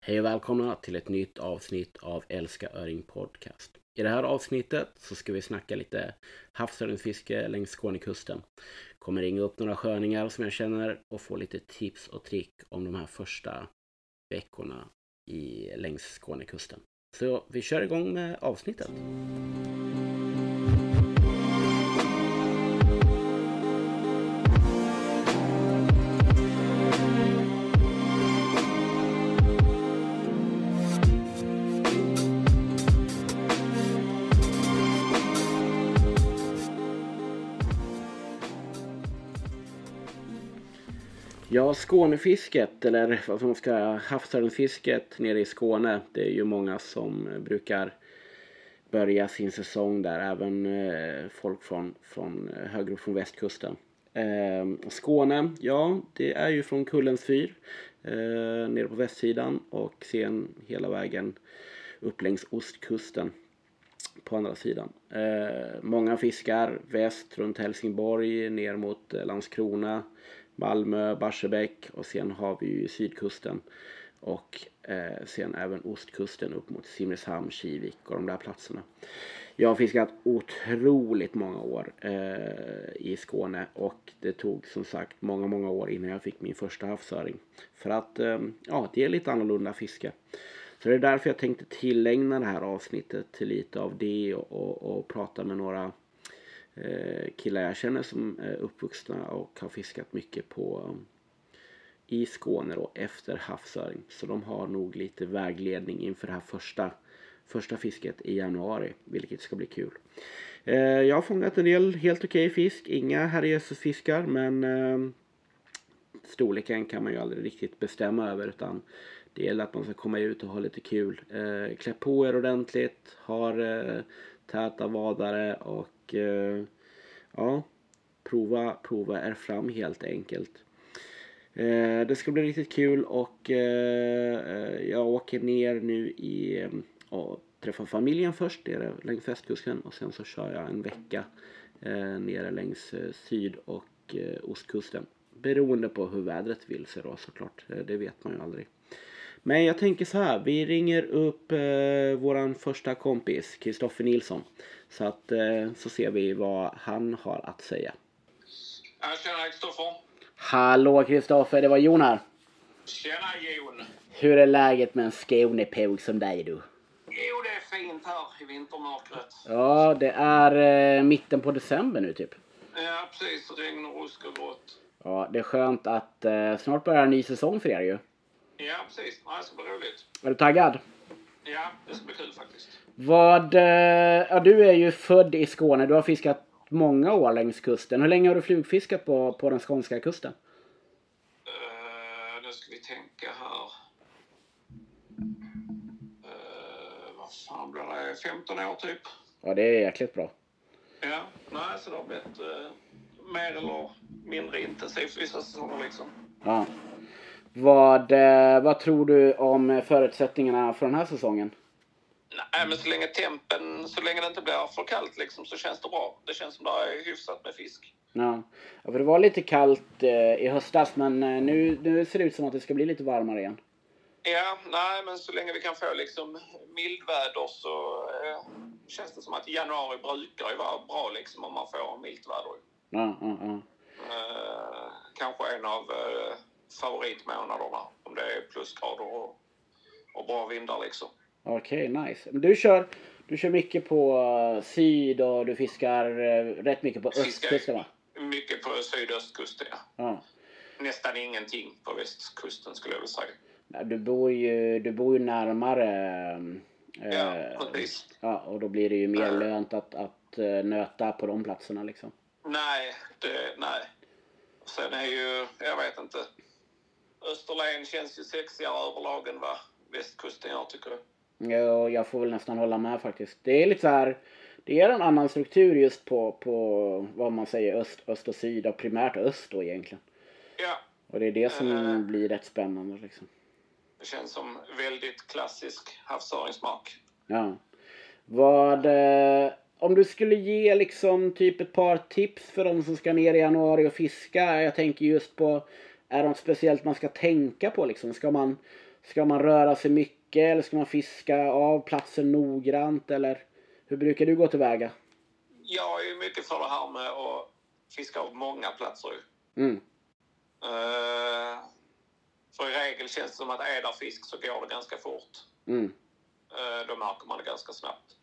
Hej och välkomna till ett nytt avsnitt av Älska Öring podcast. I det här avsnittet så ska vi snacka lite havsöringsfiske längs Skånekusten. Kommer ringa upp några sköningar som jag känner och få lite tips och trick om de här första veckorna längs Skånekusten. Så vi kör igång med avsnittet. Ja, Skånefisket, eller vad man ska säga, havsöringsfisket nere i Skåne. Det är ju många som brukar börja sin säsong där, även folk från högre upp från västkusten. Skåne, ja, det är ju från Kullens fyr nere på västsidan och sen hela vägen upp längs ostkusten på andra sidan. Många fiskar väst runt Helsingborg ner mot Landskrona, Malmö, Barsebäck, och sen har vi ju sydkusten och sen även ostkusten upp mot Simrishamn, Kivik och de där platserna. Jag har fiskat otroligt många år i Skåne och det tog som sagt många år innan jag fick min första havsöring. För att det är lite annorlunda fiske. Så det är därför jag tänkte tillägna det här avsnittet till lite av det och prata med några killar jag känner som är uppvuxna och har fiskat mycket i Skåne då, efter havsöring. Så de har nog lite vägledning inför det här första fisket i januari, vilket ska bli kul. Jag har fångat en del helt okej fisk, inga herrejösses-fiskar, men storleken kan man ju aldrig riktigt bestämma över, utan det gäller att man ska komma ut och ha lite kul. Klä på er ordentligt, har täta vadare och prova er fram helt enkelt. Det ska bli riktigt kul och jag åker ner nu och träffar familjen först nere längs västkusten och sen så kör jag en vecka nere längs syd- och ostkusten. Beroende på hur vädret vill sig då, såklart. Det vet man ju aldrig. Men jag tänker så här, vi ringer upp våran första kompis, Kristoffer Nilsson. Så att så ser vi vad han har att säga. Ja, tjena Kristoffer. Hallå Kristoffer, det var Jon här. Tjena Jon. Hur är läget med en Skånepåg som dig du? Jo, det är fint här i vintermörkret. Ja, det är mitten på december nu typ. Ja, precis. Regn och rusk och grått. Ja, det är skönt att snart börjar en ny säsong för er ju. Ja, precis. Ja, det ska bli roligt. Är du taggad? Ja, det ska bli kul faktiskt. Du är ju född i Skåne. Du har fiskat många år längs kusten. Hur länge har du flugfiskat på den skånska kusten? Nu ska vi tänka här. Vad fan blir det? 15 år typ. Ja, det är jäkligt bra. Ja, nej, så det har blivit mer eller mindre intensivt vissa säsonger liksom. Ja. Vad tror du om förutsättningarna för den här säsongen? Nej, men så länge det inte blir för kallt liksom, så känns det bra. Det känns som det är hyfsat med fisk. Ja, för det var lite kallt i höstas, men nu ser det ut som att det ska bli lite varmare igen. Ja, nej, men så länge vi kan få liksom mildväder så känns det som att januari brukar ju vara bra liksom om man får milt väder. Ja. Kanske en av favoritmånaderna om det är plusgrader och bra vindar liksom. Okej, nice. Men du kör mycket på syd och du fiskar rätt mycket på östkusten, va? Mycket på sydöstkusten, ja. Nästan ingenting på västkusten skulle jag vilja säga. Du bor ju närmare. Ja, precis. Ja, och då blir det ju mer lönt att nöta på de platserna liksom. Nej. Sen är ju, jag vet inte. Österlen känns ju sexigare överlag än vad västkusten jag tycker. Ja, jag får väl nästan hålla med faktiskt. Det är lite så här, det är en annan struktur just på vad man säger öst och syd, och primärt öst då egentligen. Ja. Och det är det som blir rätt spännande liksom. Det känns som väldigt klassisk havsöringsmark. Ja. Om du skulle ge liksom typ ett par tips för de som ska ner i januari och fiska. Jag tänker just på, är det något speciellt man ska tänka på liksom? Ska Ska man röra sig mycket eller ska man fiska av platsen noggrant? Eller hur brukar du gå tillväga? Jag är ju mycket för det här med att fiska av många platser. Mm. För i regel känns det som att är där fisk så går det ganska fort. Mm. Då märker man det ganska snabbt.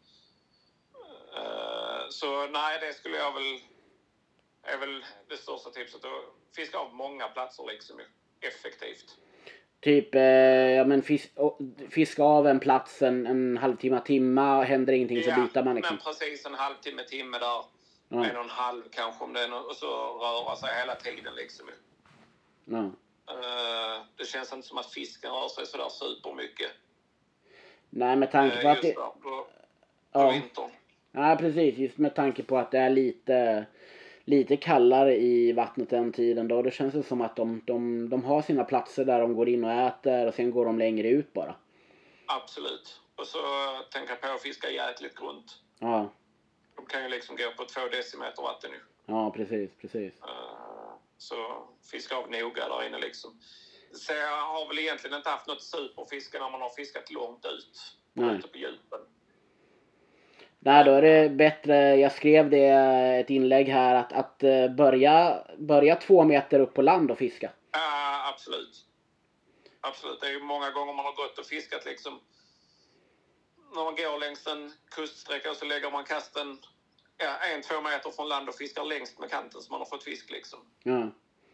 Så nej, det skulle jag är väl det största tipset. Att fiska av många platser liksom effektivt. Typ, ja men fiska av en plats en halvtimme, timme, händer ingenting så byter man liksom. Men precis en halvtimme, timme där. Ja. 1,5 kanske om det är och så röra sig hela tiden liksom. Ja. Det känns inte som att fisken rör sig sådär supermycket. Nej, med tanke på att det... på vintern. Nej, precis. Just med tanke på att det är lite kallare i vattnet den tiden då. Det känns det som att de har sina platser där de går in och äter och sen går de längre ut bara. Absolut. Och så tänker jag på att fiska jäkligt grunt. Ja. De kan ju liksom gå på 2 decimeter vatten nu. Ja, precis. Så fiska av noga där inne liksom. Så jag har väl egentligen inte haft något superfiske när man har fiskat långt ut. Ute på djupen. Nej, då är det bättre. Jag skrev det ett inlägg här att börja 2 meter upp på land och fiska. Absolut. Absolut. Det är ju många gånger man har gått och fiskat liksom. När man går längs en kuststräcka så lägger man kasten 1-2 meter från land och fiskar längst med kanten så man har fått fisk liksom. Ja.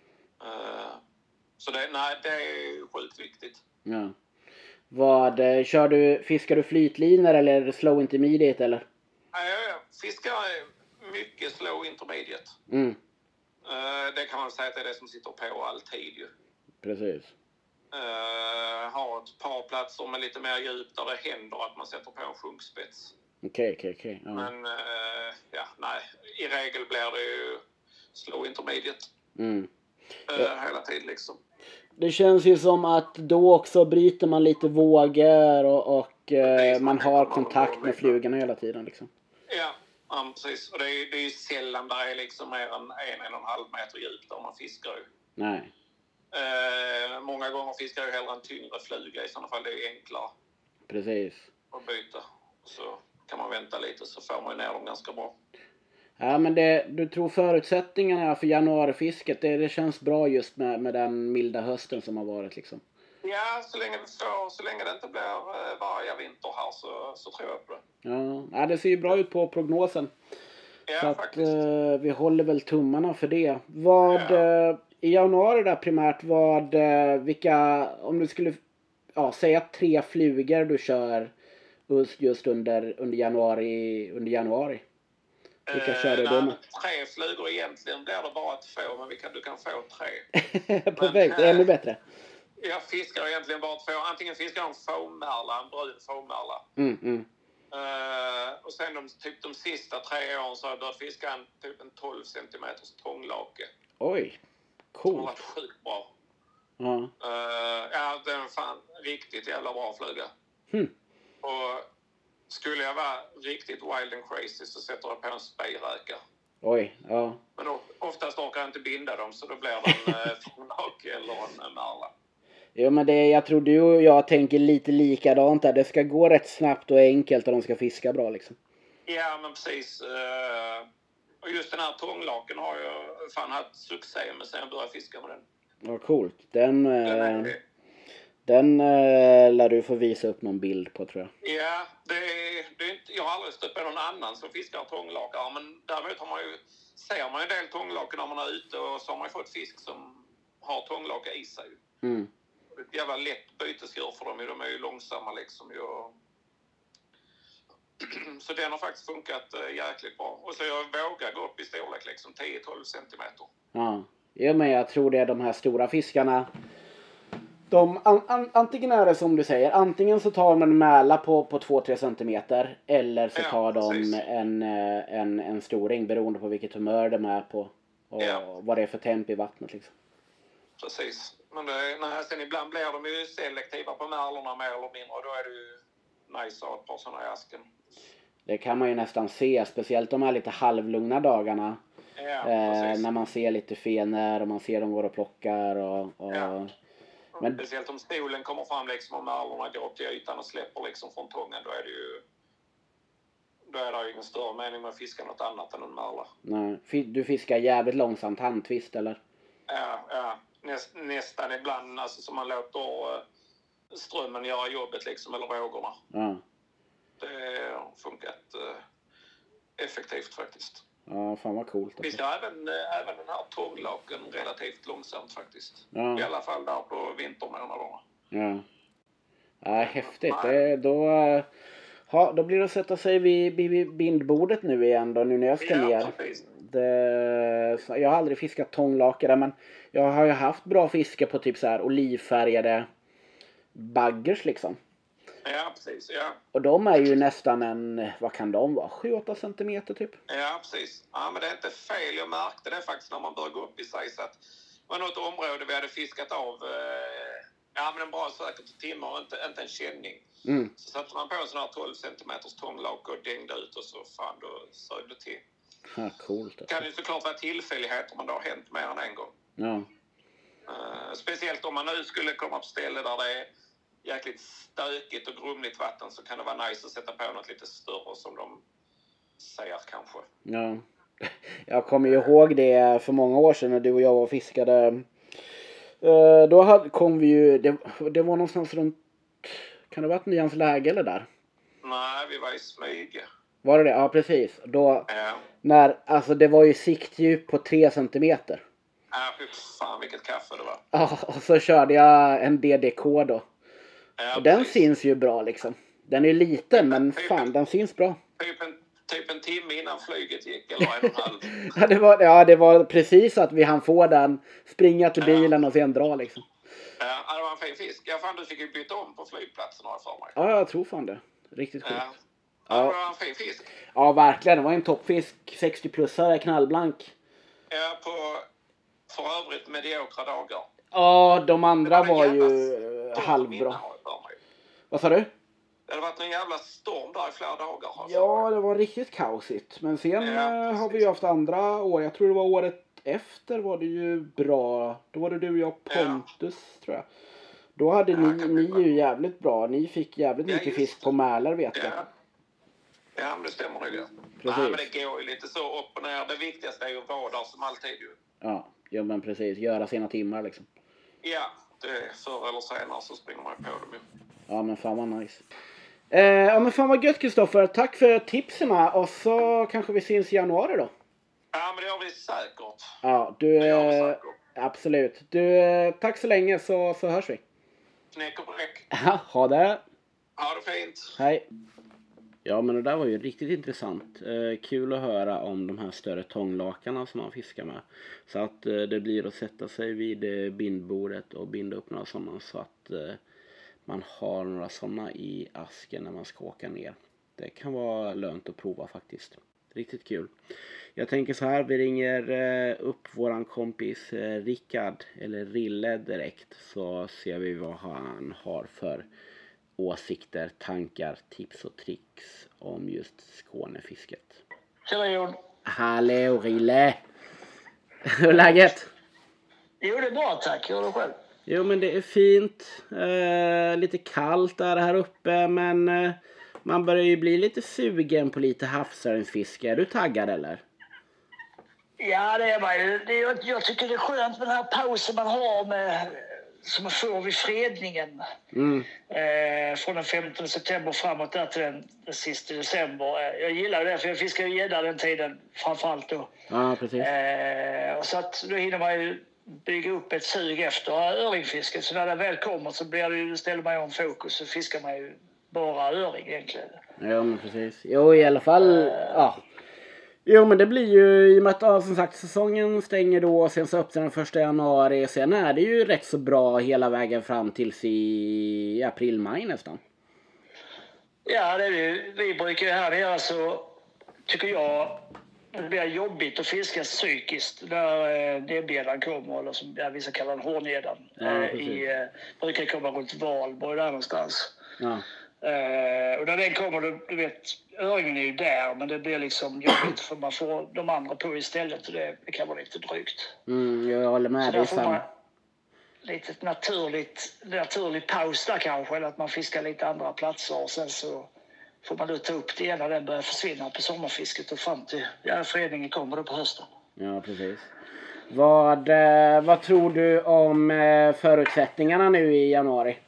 Så det är sjukt viktigt. Ja. Fiskar du flytlinor eller slow intermediate eller? Jag fiskar mycket slow intermediate. Det kan man säga att det är det som sitter på alltid ju. Precis. Har ett par platser med lite mer djup där det händer att man sätter på en sjunkspets. Okej. Ja. Men nej, i regel blir det ju slow intermediate. Hela tiden liksom. Det känns ju som att då också bryter man lite vågor och man har kontakt med flugorna hela tiden liksom. Ja, precis. Och det är ju sällan där är liksom mer än 1,5 meter djup där man fiskar ju. Nej. Många gånger fiskar ju hellre en tyngre fluga, i sådana fall det är enklare. Precis. Att byta. Så kan man vänta lite så får man ju ner dem ganska bra. Ja, men du tror förutsättningarna för januarifisket, det känns bra just med den milda hösten som har varit liksom. Ja, så länge det inte blir varje vinter här så tror jag på det. Ja, det ser ju bra ut på prognosen. Ja, så faktiskt. Att vi håller väl tummarna för det. I januari där primärt, vilka, om du skulle säga 3 flugor du kör just under januari. Vilka kör du då med? 3 flugor egentligen blir det bara 2, men du kan få 3. Perfekt, ännu bättre. Jag fiskar egentligen bara 2. Antingen fiskar jag en fåmärla, en brun fåmärla. Och sen de sista 3 åren så har jag börjat fiska en 12 centimeters tånglake. Oj, coolt. Det har varit sjukt bra. Ja. Den är fan riktigt jävla bra fluga. Och skulle jag vara riktigt wild and crazy så sätter jag på en spejräka. Oj, ja. Men oftast orkar jag inte binda dem så då blir det en fånglake eller en märla. Jo, men jag tror du och jag tänker lite likadant där. Det ska gå rätt snabbt och enkelt och de ska fiska bra liksom. Ja, men precis. Och just den här tånglaken har jag fan haft succé med sen jag började fiska med den. Ja, coolt. Den lär du få visa upp någon bild på, tror jag. Ja, jag har aldrig stött på någon annan som fiskar tånglakar. Men däremot ser man en del tånglaker när man är ute och så har man fått fisk som har tånglaka i sig. Det är ett jävla lätt bytesdjur för dem. De är ju långsamma liksom. Så den har faktiskt funkat jäkligt bra. Och så jag vågar gå upp i storlek liksom 10-12 centimeter. Ja, men jag tror det är de här stora fiskarna. Antingen är det som du säger, antingen så tar man en mäla på 2-3 centimeter eller så tar de en storing beroende på vilket humör de är på och vad det är för temp i vattnet liksom. Precis. Men sen ibland blir de ju selektiva på märlorna mer eller mindre och då är det ju nice att ha ett par sådana i asken. Det kan man ju nästan se, speciellt de här lite halvlugna dagarna. Ja, när man ser lite fenor och man ser dem går och plockar och Men... Speciellt om stolen kommer fram liksom och märlorna går upp till ytan och släpper liksom från tången, då är det ju ingen större mening med att fiska något annat än en märla. Nej, du fiskar jävligt långsamt handtvist eller? Ja. Nästan ibland, alltså som man låter strömmen göra jobbet liksom, eller vågorna. Ja. Det har funkat effektivt faktiskt. Ja, fan vad coolt. Vi ska även den här tånglaken relativt långsamt faktiskt. Ja. I alla fall där på vintermånaderna. Ja. Ja, häftigt. Då blir det att sätta sig vid bindbordet nu igen då, nu när jag ska ner. Jag har aldrig fiskat tånglake där, men jag har ju haft bra fiske på typ så här olivfärgade baggers liksom. Ja, precis, ja. Och de är ju nästan vad kan de vara? 7-8 centimeter typ. Ja, precis. Ja, men det är inte fel. Jag märkte det faktiskt när man började gå upp i sig, så att det var något område vi hade fiskat av men en bra säkert timme och inte en känning. Mm. Så satte man på en sån här 12 centimeters tånglake och dängde ut och så då sög det till. Ja, coolt. Det kan ju såklart vara tillfälligheter, men det har hänt mer än en gång. Ja. Speciellt om man nu skulle komma på ställe där det är jäkligt stökigt och grumligt vatten, så kan det vara nice att sätta på något lite större som de säger kanske. Ja. Jag kommer ju ihåg det för många år sedan när du och jag var och fiskade. Då kom vi ju, det var någonstans runt, kan det ha varit Nyans läge eller där? Nej, vi var i Smyge. Var det? Ja, precis. Då, alltså det var ju siktdjup på 3 centimeter. Ja, fy fan vilket kaffe det var. Ja, och så körde jag en DDK då. Ja, och den syns ju bra liksom. Den är liten, men fan, den syns bra. Typ en timme innan flyget gick, eller 1,5. Det var precis att vi hann få den, springa till bilen och sen dra liksom. Ja, det var en fin fisk. Ja, fan, du fick ju byta om på flygplatsen för mig. Ja, jag tror fan det. Riktigt coolt. Ja, det var en fin fisk. Ja, verkligen. Det var en toppfisk. 60-plussare, knallblank. Ja, på för övrigt mediokra dagar. Ja, de andra var ju halvbra. Vad sa du? Det hade varit en jävla storm där i flera dagar. Ja, det var riktigt kaosigt. Men sen har vi ju haft andra år. Jag tror det var året efter var det ju bra. Då var det du och jag Pontus, tror jag. Då hade ni ju jävligt bra. Ni fick jävligt mycket fisk på Mälar, vet jag. Ja, men det stämmer nog. Ja, men det går ju lite så upp och ner. Det viktigaste är ju att vara där som alltid ju. Ja, men precis. Göra sina timmar liksom. Ja, det förr eller senare så springer man på dem ju. Ja, men fan vad nice. Ja, men fan vad gött, Kristoffer. Tack för tipsen. Och så kanske vi syns i januari då. Ja, men det gör vi säkert. Ja, absolut. Du, tack så länge så hörs vi. Knäck och bräck. Ja, ha det. Ha det fint. Hej. Ja, men det där var ju riktigt intressant. Kul att höra om de här större tånglakarna som man fiskar med. Så att det blir att sätta sig vid bindbordet och binda upp några sådana, så att man har några sådana i asken när man ska åka ner. Det kan vara lönt att prova faktiskt. Riktigt kul. Jag tänker så här, vi ringer upp våran kompis Rickard, eller Rille direkt, så ser vi vad han har för åsikter, tankar, tips och tricks om just Skånefisket. Tjena Jon. Hallå Rille! Hur är läget? Jo, det är bra tack. Hur är det själv? Jo, men det är fint. Lite kallt är det här uppe, men man börjar ju bli lite sugen på lite havsöringsfiske. Är du taggad eller? Ja, det är man ju. Jag tycker det är skönt med den här pausen man har som man får vid fredningen. Från den 15 september framåt där till den sista december. Jag gillar det, för jag fiskar ju gädda den tiden framförallt då. Ja, precis. Och så att då hinner man ju bygga upp ett sug efter öringfisket. Så när det väl kommer så ställer man ju om fokus, så fiskar man ju bara öring egentligen. Ja, men precis. Jo, i alla fall, Jo, men det blir ju, i och med att som sagt säsongen stänger då och sen så öppnar den 1 januari. Sen är det ju rätt så bra hela vägen fram tills i april-maj nästan. Ja, det är det. Vi brukar ju här nere så tycker jag det blir jobbigt att fiska psykiskt när näbbgäddan kommer, eller som vissa kallar den hårnäddan. Brukar komma runt Valborg där någonstans. Ja. Och när den kommer, du vet, öringen är ju där, men det blir liksom jobbigt för man får de andra på istället, och det kan vara lite drygt. Jag håller med dig. litet naturlig paus där kanske, eller att man fiskar lite andra platser och sen så får man då ta upp det igen när den börjar försvinna på sommarfisket och fram till föreningen kommer då på hösten. Ja, precis. Vad tror du om förutsättningarna nu i januari?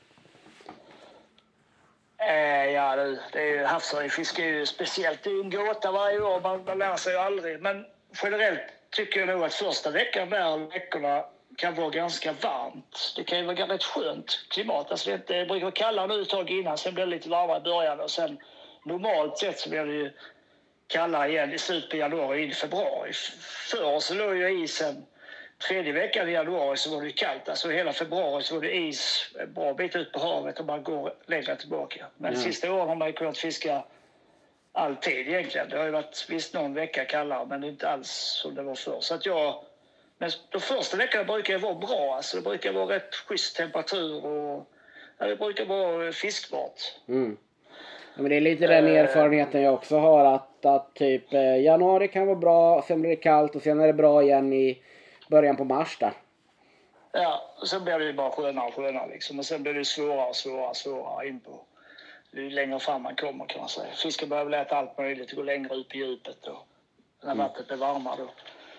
Ja, det är ju havsörjfiske är ju speciellt. Det är ju en gåta varje år, man lär sig ju aldrig. Men generellt tycker jag nog att första veckorna kan vara ganska varmt. Det kan ju vara rätt skönt klimat. Alltså det brukar vara kallare nu ett tag innan, sen blir det lite varmare i början och sen normalt sett så blir det ju kallare igen i slutet på januari in i februari. Förr så låg ju isen tredje veckan i januari så var det kallt. Alltså hela februari så var det is en bra bit ut på havet och man går längre tillbaka. Men de sista åren har man ju kunnat fiska alltid egentligen. Det har ju varit visst någon vecka kallare men inte alls som det var förr. Så att men de första veckorna brukar ju vara bra. Alltså det brukar vara rätt schysst temperatur och det brukar vara fiskbart. Mm. Ja, men det är lite den erfarenheten jag också har att typ januari kan vara bra, sen blir det kallt och sen är det bra igen i början på mars där. Ja, och sen blir det ju bara skönare liksom. Och sen blir det svårare in på ju längre fram man kommer kan man säga. Fisken börjar väl äta allt möjligt, gå längre upp i djupet och när vattnet blir varmare då.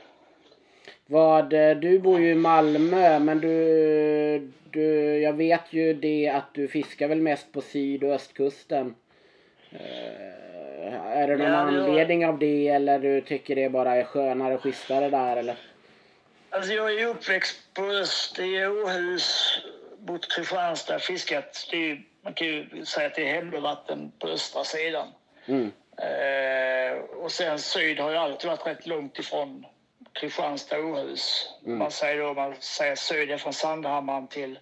Du bor ju i Malmö, men jag vet ju det att du fiskar väl mest på syd- och östkusten. Är det någon anledning av det eller du tycker det bara är skönare och schysstare där eller? Alltså jag är ju uppväxt på öst i Åhus mot Kristianstad fiskat. Man kan ju säga att det är hemligvatten på östra sidan. Mm. Och sen syd har ju alltid varit rätt långt ifrån Kristianstad och Åhus. Mm. Man säger syd från Sandhammaren till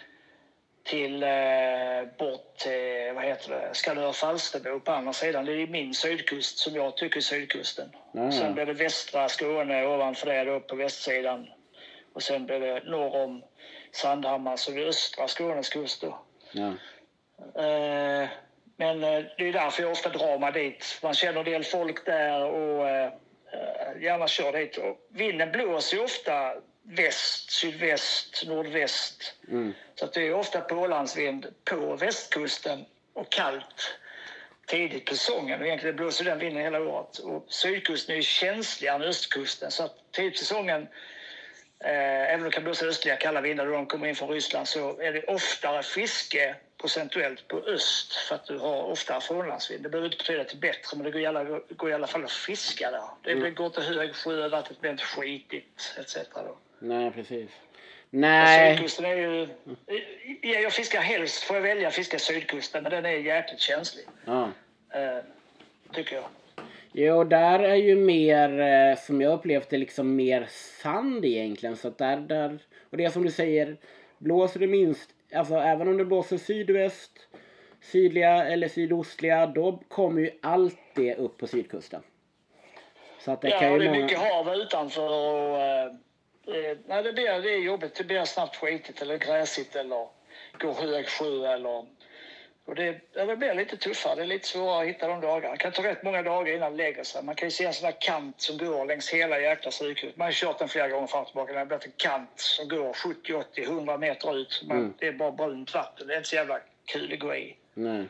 bort till, Skanör Falsterbo på andra sidan. Det är min sydkust som jag tycker är sydkusten. Mm. Sen blir det västra Skåne ovanför det då på västsidan. Och sen blir det norr om Sandhammar så det är östra Skånes kust då. Mm. Men det är därför jag ofta drar mig dit. Man känner en del folk där och gärna kör dit. Och vinden blåser ju ofta väst, sydväst, nordväst. Mm. Så att det är ofta pålandsvind på västkusten och kallt tidigt på säsongen. Och egentligen blåser den vinden hela året. Och sydkusten är ju känsligare än östkusten. Så att tidigt på säsongen, även om det kan blåsa östliga kalla vindar då de kommer in från Ryssland, så är det oftare fiske procentuellt på öst för att du har oftare frånlandsvind. Det behöver inte betyda att det är bättre, men det går i alla fall att fiska där. Det går inte hög sjö, vattnet blir inte skitigt etc. då. Nej, precis. Nej. Sydkusten är ju... Jag fiskar helst, får jag välja fiska sydkusten, men den är jäkligt känslig. Ja. Tycker jag. Jo, där är ju mer, som jag upplevt det, liksom mer sand egentligen. Så att där, och det är som du säger, blåser det minst, alltså även om det blåser sydväst, sydliga eller sydostliga, då kommer ju allt det upp på sydkusten. Så att det kan ju det är mycket hav utanför och nej, det är jobbigt. Det blir snabbt skitigt eller gräsigt eller går hög sjö eller... Och det blir lite tuffare. Det är lite svårare att hitta de dagarna. Det kan ta rätt många dagar innan det lägger sig. Man kan ju se en sån här kant som går längs hela jäkla sydkusten. Man har kört den flera gånger fram och tillbaka. Det har blivit en kant som går 70, 80, 100 meter ut. Det är bara brunt vatten. Det är inte så jävla kul att gå i. Nej.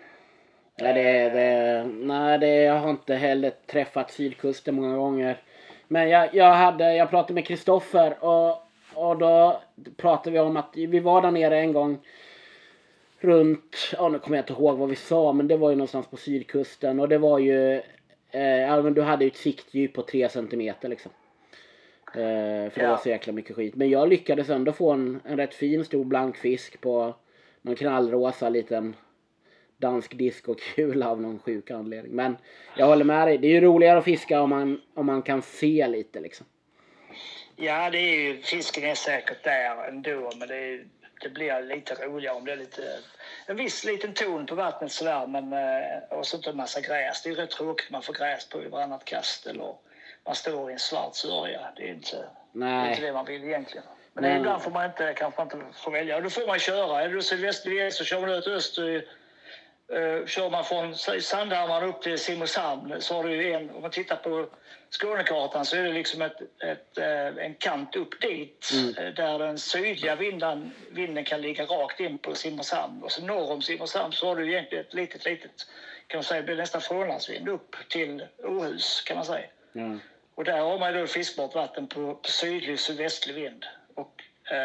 Nej, jag har inte heller träffat sydkusten många gånger. Men jag pratade med Kristoffer och då pratade vi om att vi var där nere en gång runt, nu kommer jag inte ihåg vad vi sa, men det var ju någonstans på sydkusten och det var ju, men du hade ju ett siktdjup på 3 centimeter liksom. För det var så jäkla mycket skit. Men jag lyckades ändå få en rätt fin stor blank fisk på någon knallrosa liten dansk disk och kula av någon sjuk anledning. Men jag håller med dig, det är ju roligare att fiska om man kan se lite liksom. Ja, det är ju, fisken är säkert där ändå, men det blir lite roligare om det är lite en viss liten ton på vattnet sådär, men och så inte en massa gräs. Det är ju rätt tråkigt man får gräs på i varannat kast eller man står i en svart sörja. Det är inte det man vill egentligen. Men ibland får man kanske inte få välja. Och då får man köra. Är du sydvästlig så kör man ut öster Kör man från Sandhammar upp till Simrishamn så har du ju om man tittar på Skånekartan så är det liksom en kant upp dit där den sydliga vinden kan ligga rakt in på Simrishamn. Och så norr om Simrishamn så har du egentligen ett litet kan man säga, det blir nästan frånlandsvind upp till Åhus kan man säga. Mm. Och där har man då fiskbart vatten på sydlig och sydvästlig vind. Och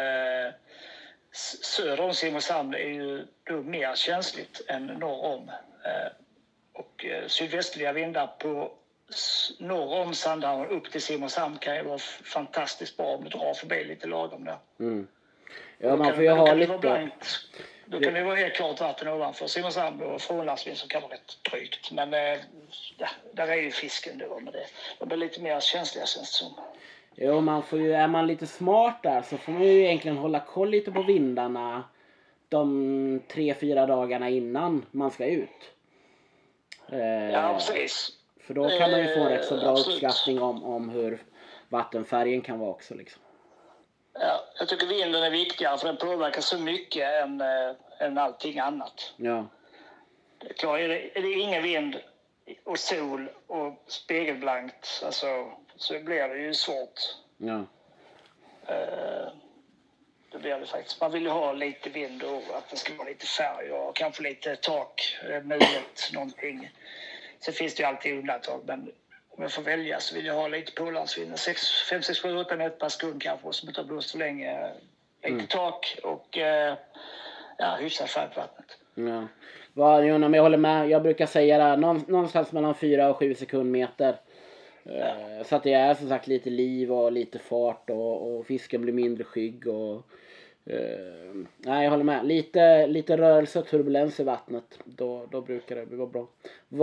söder om Simrishamn är ju då mer känsligt än norr om. Och sydvästliga vindar på norr om Sandhammar upp till Simrishamn kan ju vara fantastiskt bra om du drar förbi lite lagom där. Mm. Ja, man får ju ha lite... Då kan det vara helt klart vatten ovanför Simrishamn och frånlandsvind som kan vara rätt drygt. Men där är ju fisken då med det. De blir lite mer känsliga känns det som. Jo, är man lite smart där så får man ju egentligen hålla koll lite på vindarna de 3-4 dagarna innan man ska ut. Ja, precis. För då kan man ju få en rätt så bra uppskattning om hur vattenfärgen kan vara också liksom. Ja, jag tycker vinden är viktigare för den påverkar så mycket än allting annat. Ja. Det är klart, är det ingen vind och sol och spegelblankt alltså, så blir det ju svårt. Ja. Det blir det faktiskt. Man vill ju ha lite vind och att det ska vara lite färg och kanske lite tak, mulet, någonting. Sen finns det ju alltid undantag, men om jag får välja så vill jag ha lite pålandsvind. 5, 6, 7, 8 meter per sekund kanske som inte har blåst så länge. Lite tak och hyfsat färg på vattnet. Ja. Men jag håller med. Jag brukar säga det någonstans mellan 4 och 7 sekundmeter. Ja. Så att det är som sagt lite liv och lite fart och fisken blir mindre skygg. Nej, jag håller med. Lite rörelse och turbulens i vattnet. Då brukar det vara bra.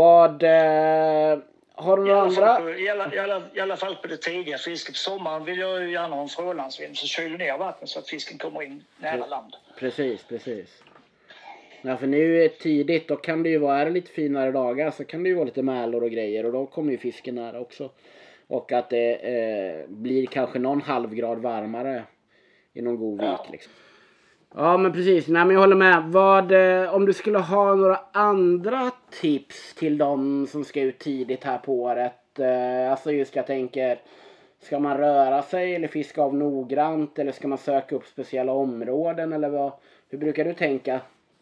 Har du några andra? I alla fall på det tidiga fisket. På sommaren vill jag ju gärna ha en frånlandsvind så kyler ner vattnet så att fisken kommer in nära land. Precis. Ja, för nu är tidigt, då kan det ju vara lite finare dagar så kan det ju vara lite mälor och grejer och då kommer ju fisken nära också. Och att det blir kanske någon halvgrad varmare i någon god vik liksom. Ja, men precis. Nej, men jag håller med. Om du skulle ha några andra tips till de som ska ut tidigt här på året? Alltså just jag tänker, ska man röra sig eller fiska av noggrant eller ska man söka upp speciella områden eller hur brukar du tänka?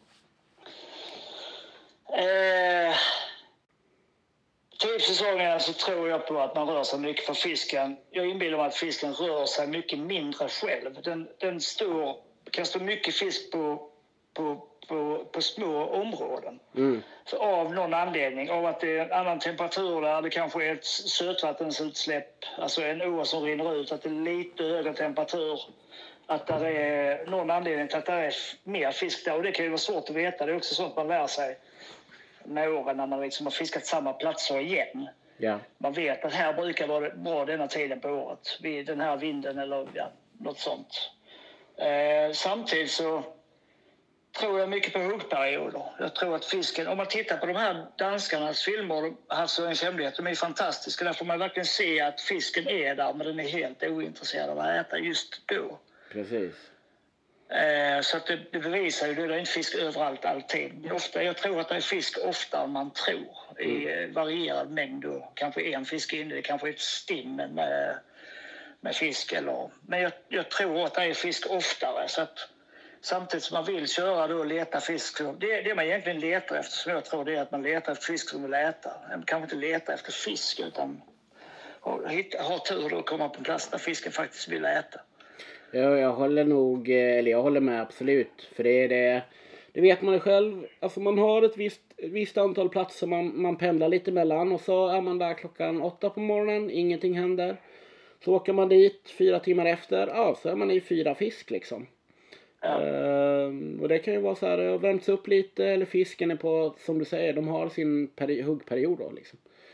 Typsäsongen så tror jag på att man rör sig mycket för fisken. Jag inbillar mig att fisken rör sig mycket mindre själv. Den kan stå mycket fisk på små områden. För av någon anledning. Av att det är en annan temperatur där. Det kanske är ett sötvattensutsläpp. Alltså en å som rinner ut. Att det är lite högre temperatur. Att det är någon anledning till att det är mer fisk där. Och det kan ju vara svårt att veta. Det är också sånt man lär sig med åren när man liksom har fiskat samma platser igen. Ja. Man vet att här brukar vara bra denna tiden på året. Vid den här vinden eller något sånt. Samtidigt så tror jag mycket på huggperioder. Jag tror att fisken, om man tittar på de här danskarnas filmer, alltså en hemlighet, de är fantastiska. Där får man verkligen se att fisken är där men den är helt ointresserad av att äta just då. Precis. Så att det bevisar ju, det är inte fisk överallt alltid. Men ofta, jag tror att det är fisk ofta än man tror. I varierad mängd och kanske en fisk inne, det kanske är ett stim med fisk. Men jag tror att det är fisk oftare. Så att samtidigt som man vill köra då och leta fisk. Det man egentligen letar efter, som jag tror, det är att man letar efter fisk som vill äta. Man kan inte leta efter fisk utan ha tur då och komma på en plats där fisken faktiskt vill äta. Ja, jag håller med absolut. För det vet man ju själv. Alltså man har ett visst antal platser man pendlar lite mellan. Och så är man där klockan 8 på morgonen. Ingenting händer. Så åker man dit 4 timmar efter. Ja, så är man i 4 fisk liksom. Ja. Och det kan ju vara så här. Det har värmts upp lite. Eller fisken är på, som du säger, de har sin huggperiod då liksom.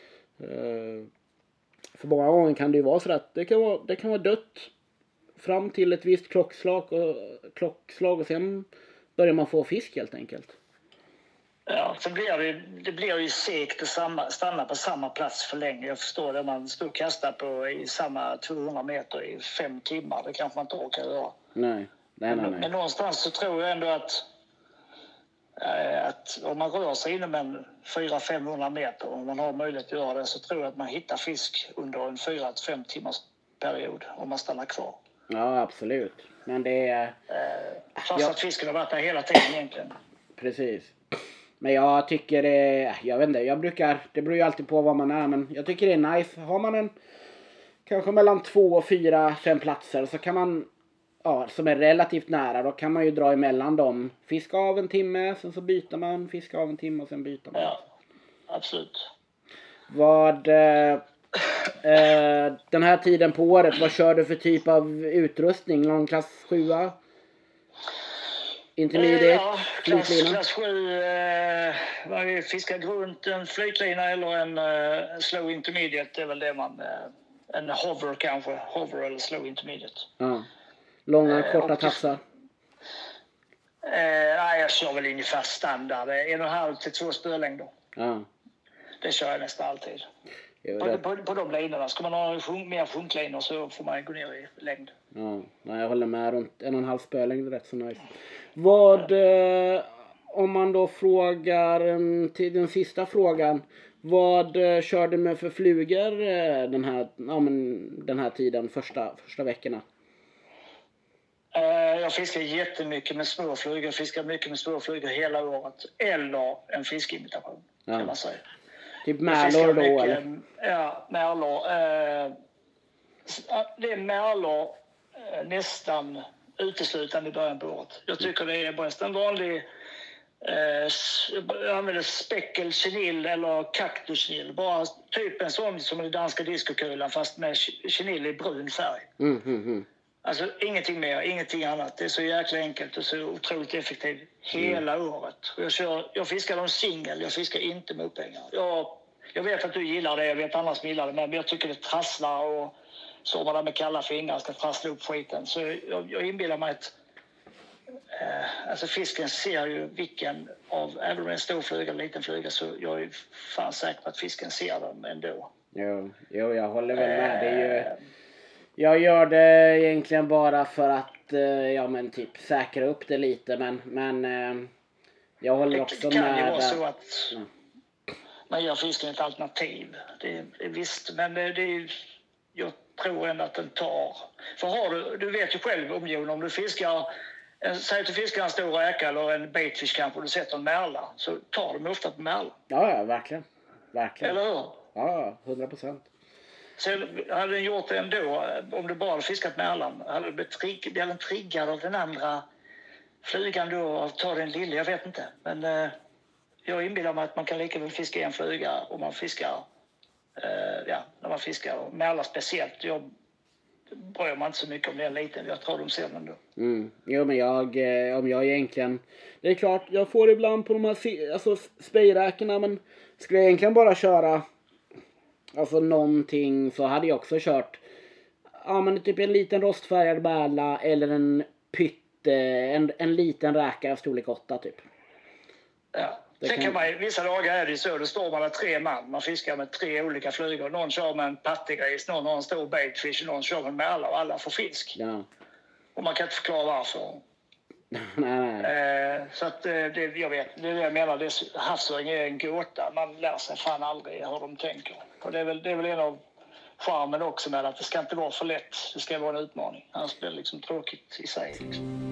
För många gånger kan det ju vara så att det kan vara dött fram till ett visst klockslag och sen börjar man få fisk helt enkelt. Ja, så det blir ju segt att stanna på samma plats för länge. Jag förstår det, man står och kastar på i samma 200 meter i 5 timmar. Det kanske man inte orkar göra. Nej. Men någonstans så tror jag ändå att Att om man rör sig inom en 400-500 meter, om man har möjlighet att göra det, så tror jag att man hittar fisk under en 4-5 timmars period om man stannar kvar. Ja, absolut. Men det är... Fast att fisken har varit där hela tiden egentligen. Precis. Men jag tycker det... Jag vet inte, det beror ju alltid på vad man är, men jag tycker det är nice. Har man en... Kanske mellan 2, 4, 5 platser så kan man... Ja, som är relativt nära, då kan man ju dra emellan dem. Fiska av en timme, sen så byter man. Fiska av en timme och sen byter man. Ja, absolut. Vad... den här tiden på året, vad kör du för typ av utrustning? Någon klass 7? Intermediate? Ja, klass 7. Man fiskar grunt, en flytlina eller en slow intermediate. Det är väl det man... En hover kanske. Hover eller slow intermediate. Ja. Långa, korta tafsar? Nej, jag kör väl ungefär standard. 1,5 till 2 spölängder. Ja. Det kör jag nästan alltid. På de linorna. Ska man ha mer sjunklinor så får man gå ner i längd. Ja, jag håller med. Runt 1,5 spölängd är rätt så nice. Vad, om man då frågar till den sista frågan. Vad kör du med för flugor den här tiden, första veckorna? Jag fiskar jättemycket med små flugor. Jag fiskar mycket med små flugor hela året. Eller en fiskimitation, kan man säga. Typ märlor då, eller? Ja, märlor. Det är märlor nästan uteslutande i början på året. Jag tycker det är bäst en vanlig... jag använder speckel, chenil eller kaktuschenil. Bara typ en sån som den danska diskokulan fast med chenil i brun färg. Alltså ingenting mer, ingenting annat. Det är så jäkla enkelt och så otroligt effektivt hela året. Jag fiskar dem singel, jag fiskar inte med upphängare. Jag vet att du gillar det, jag vet andra som gillar det, men jag tycker det trasslar och så man där med kalla fingrar ska trassla upp skiten. Så jag inbillar mig att alltså fisken ser ju vilken av, även om det är en stor flyga eller liten flyga, så jag är fan säker på att fisken ser dem ändå. Jo, jag håller väl med. Det är ju... Jag gör det egentligen bara för att typ säkra upp det lite, men jag håller också med. Det kan ju vara så att man gör fisken ett alternativ. Det är visst, men jag tror ändå att den tar. För du vet ju själv om Jon, om du fiskar, säg att du fiskar en stor räka eller en baitfish kanske och du sätter en märla, så tar de ofta på märla. Ja, verkligen. Eller hur? Ja, 100%. Så hade den gjort det ändå, om du bara hade fiskat märlan, hade den triggad av den andra flygan då och ta den lilla, jag vet inte. Men jag inbillar mig att man kan lika väl fiska en flyga om man fiskar, när man fiskar märlar speciellt. Jag bryr mig inte så mycket om det är liten, jag tror de ser den då. Jo, men om jag egentligen, det är klart, jag får ibland på de här spejräkorna, men skulle jag egentligen bara köra någonting, så hade jag också kört men typ en liten rostfärgad bärla eller en liten räka av storlek 8 typ. Ja. Sen kan man, vissa dagar är det så, då står man där 3 man. Man fiskar med 3 olika flygor. Någon kör med en pattegris, någon har en stor baitfish, någon kör med märla och alla får fisk. Ja. Och man kan inte förklara varför. Nej. Så att jag vet, det är det jag menar, havsöring är en gåta. Man lär sig fan aldrig hur de tänker. Och det är väl en av charmen också med att det ska inte vara för lätt. Det ska vara en utmaning. Annars blir det liksom tråkigt i sig. Liksom.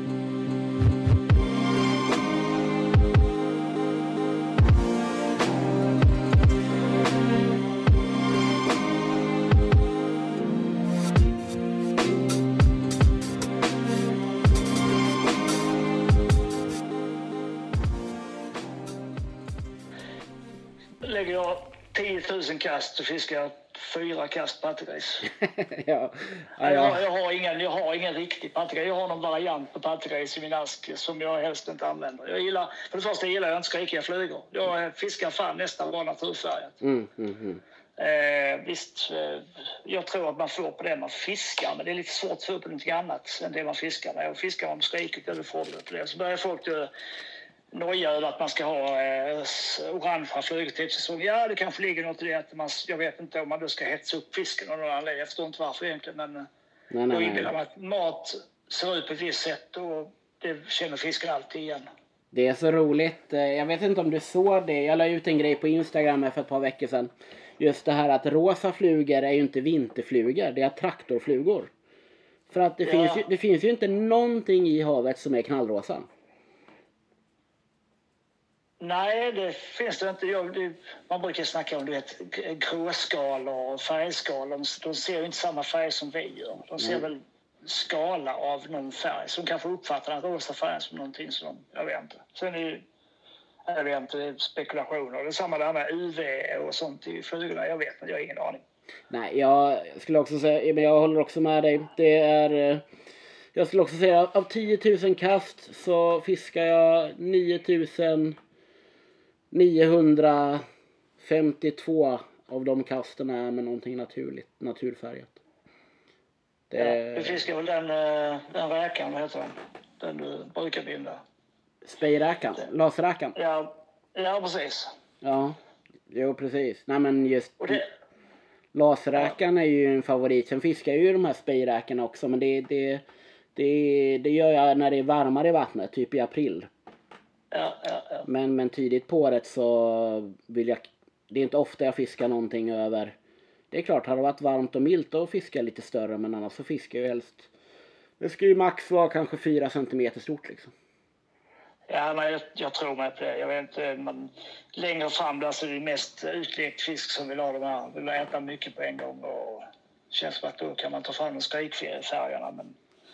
Lägger jag 10 000 kast så fiskar jag 4 kast pattegris. Ja. Jag har ingen riktig pattegris. Jag har någon variant på pattegris i min ask som jag helst inte använder. För det första gillar jag inte skrikiga flugor. Jag fiskar fan nästan bara naturfärgat. Visst, jag tror att man får på det man fiskar, men det är lite svårt att få på något annat än det man fiskar. När jag fiskar om skrikigt eller frågor på det, så börjar folk noja över att man ska ha orangea flugor till säsong. Ja, det kanske ligger något i det att jag vet inte om man då ska hetsa upp fisken och någon anledning. Jag förstår inte varför egentligen, men då inbillar man att mat ser ut på ett visst sätt och det känner fisken alltid igen. Det är så roligt. Jag vet inte om du såg det. Jag la ut en grej på Instagram för ett par veckor sedan. Just det här att rosa flugor är ju inte vinterflugor. Det är traktorflugor. För att det finns ju inte någonting i havet som är knallrosa. Nej, det finns det inte. Man brukar snacka om gråskalor och färgskalor. De ser ju inte samma färg som vi gör. De ser väl skala av någon färg. Så de kanske uppfattar den rosa färgen som någonting som jag vet inte. Sen jag vet inte, det är spekulationer. Det är samma där med UV och sånt i flugorna. Jag vet inte, jag har ingen aning. Nej, jag skulle också säga, men jag håller också med dig. Det är, jag skulle också säga av 10 000 kast så fiskar jag 9,952 av de kasterna med någonting naturfärgat. Du fiskar väl den räkan, vad heter den? Den du brukar binda. Spejräkan, lasräkan. Ja, precis. Ja, jo precis. Nej men just lasräkan är ju en favorit. Sen fiskar jag ju de här spejräkarna också, men det gör jag när det är varmare i vattnet, typ i april. Ja. Men tidigt på året så vill jag, det är inte ofta jag fiskar någonting över. Det är klart, har det varit varmt och milt då fiskar jag lite större, men annars så fiskar jag helst. Det ska ju max vara kanske 4 centimeter stort liksom. Ja, men jag tror mig på det. Jag vet inte, men längre fram där så är det mest utlekt fisk som vill ha de här. Vill äta mycket på en gång och känns som att då kan man ta fram de skrikfärgerna, men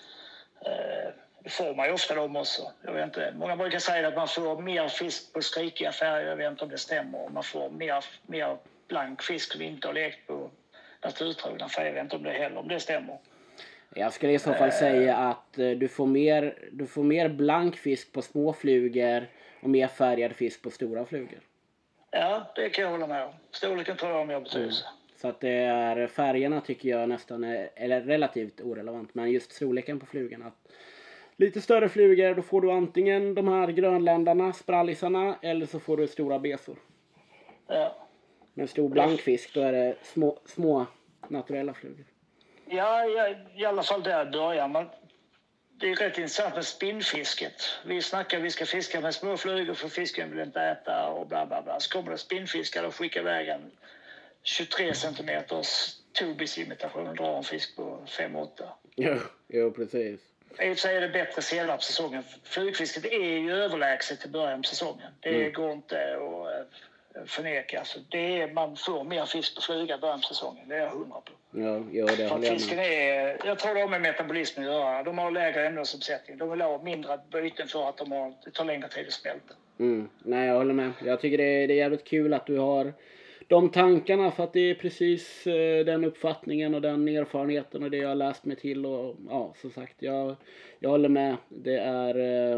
det får man ju ofta dem också. Jag vet inte. Många brukar säga att man får mer fisk på skrikiga färger. Jag vet inte om det stämmer. Man får mer blank fisk som inte har lekt på naturtrogna färger. Jag vet inte om det stämmer. Jag skulle i så fall säga att du får mer blank fisk på små flugor och mer färgad fisk på stora flugor. Ja, det kan jag hålla med om. Storleken tror jag om jag betydelse. Så att det är färgerna tycker jag nästan är relativt orelevant. Men just storleken på flugorna. Lite större flugor, då får du antingen de här grönländarna, sprallisarna, eller så får du stora besor. Ja. Med stor blank fisk, då är det små naturella flugor. Ja, i alla fall där börjar man. Det är rätt intressant med spinnfisket. Vi ska fiska med små flugor för fisken vill inte äta och bla bla bla. Så kommer det spinnfiskare och skickar iväg en 23 centimeters tobis-imitation och drar en fisk på 5-8. Ja, precis. I och för sig är det bättre senare på säsongen. Flugfisket är ju överlägset i början på säsongen. Det går inte att förneka. Alltså, man får mer fisk på fluga i början på säsongen. Det är jag 100 på. Ja, det håller jag fisken med. jag tror de har med metabolismen att göra. De har lägre ämnesomsättning. De vill ha mindre byten för att det tar längre tid att smälta. Nej, jag håller med. Jag tycker det är jävligt kul att du har de tankarna, för att det är precis den uppfattningen och den erfarenheten och det jag har läst mig till. Och ja, som sagt, jag håller med. Det är